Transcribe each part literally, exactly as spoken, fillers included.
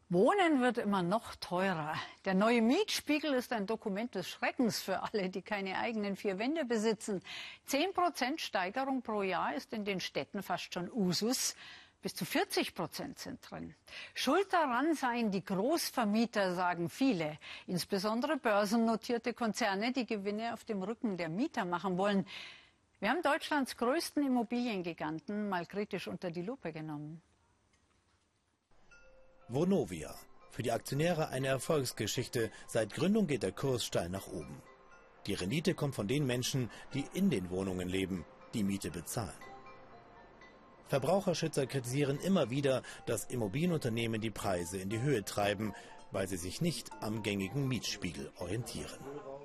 Wohnen wird immer noch teurer. Der neue Mietspiegel ist ein Dokument des Schreckens für alle, die keine eigenen vier Wände besitzen. Zehn Prozent Steigerung pro Jahr ist in den Städten fast schon Usus. Bis zu vierzig Prozent sind drin. Schuld daran seien die Großvermieter, sagen viele. Insbesondere börsennotierte Konzerne, die Gewinne auf dem Rücken der Mieter machen wollen. Wir haben Deutschlands größten Immobiliengiganten mal kritisch unter die Lupe genommen. Vonovia. Für die Aktionäre eine Erfolgsgeschichte. Seit Gründung geht der Kurs steil nach oben. Die Rendite kommt von den Menschen, die in den Wohnungen leben, die Miete bezahlen. Verbraucherschützer kritisieren immer wieder, dass Immobilienunternehmen die Preise in die Höhe treiben, weil sie sich nicht am gängigen Mietspiegel orientieren.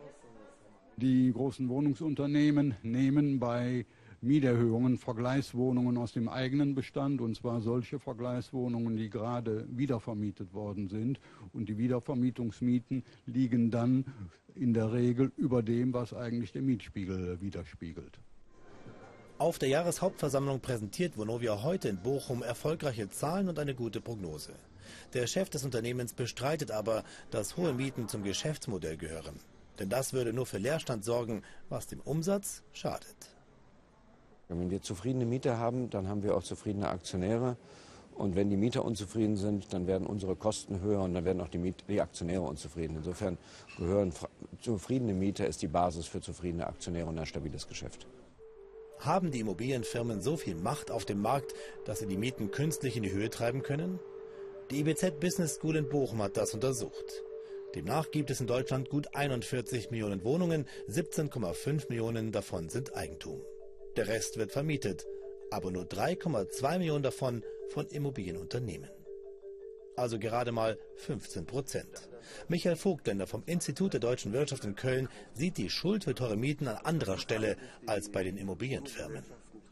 Die großen Wohnungsunternehmen nehmen bei Mieterhöhungen Vergleichswohnungen aus dem eigenen Bestand, und zwar solche Vergleichswohnungen, die gerade wiedervermietet worden sind. Und die Wiedervermietungsmieten liegen dann in der Regel über dem, was eigentlich der Mietspiegel widerspiegelt. Auf der Jahreshauptversammlung präsentiert Vonovia heute in Bochum erfolgreiche Zahlen und eine gute Prognose. Der Chef des Unternehmens bestreitet aber, dass hohe Mieten zum Geschäftsmodell gehören. Denn das würde nur für Leerstand sorgen, was dem Umsatz schadet. Wenn wir zufriedene Mieter haben, dann haben wir auch zufriedene Aktionäre. Und wenn die Mieter unzufrieden sind, dann werden unsere Kosten höher und dann werden auch die, Miet die Aktionäre unzufrieden. Insofern gehören zufriedene Mieter ist die Basis für zufriedene Aktionäre und ein stabiles Geschäft. Haben die Immobilienfirmen so viel Macht auf dem Markt, dass sie die Mieten künstlich in die Höhe treiben können? Die I B Z Business School in Bochum hat das untersucht. Demnach gibt es in Deutschland gut einundvierzig Millionen Wohnungen, siebzehn Komma fünf Millionen davon sind Eigentum. Der Rest wird vermietet, aber nur drei Komma zwei Millionen davon von Immobilienunternehmen. Also gerade mal fünfzehn Prozent. Michael Vogtländer vom Institut der Deutschen Wirtschaft in Köln sieht die Schuld für teure Mieten an anderer Stelle als bei den Immobilienfirmen.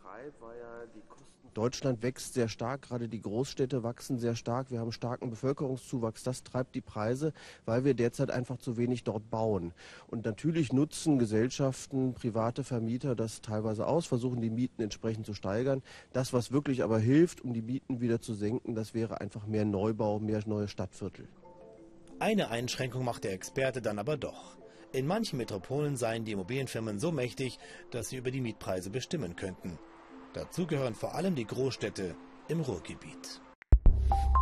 Deutschland wächst sehr stark, gerade die Großstädte wachsen sehr stark. Wir haben starken Bevölkerungszuwachs, das treibt die Preise, weil wir derzeit einfach zu wenig dort bauen. Und natürlich nutzen Gesellschaften, private Vermieter das teilweise aus, versuchen die Mieten entsprechend zu steigern. Das, was wirklich aber hilft, um die Mieten wieder zu senken, das wäre einfach mehr Neubau, mehr neue Stadtviertel. Eine Einschränkung macht der Experte dann aber doch. In manchen Metropolen seien die Immobilienfirmen so mächtig, dass sie über die Mietpreise bestimmen könnten. Dazu gehören vor allem die Großstädte im Ruhrgebiet.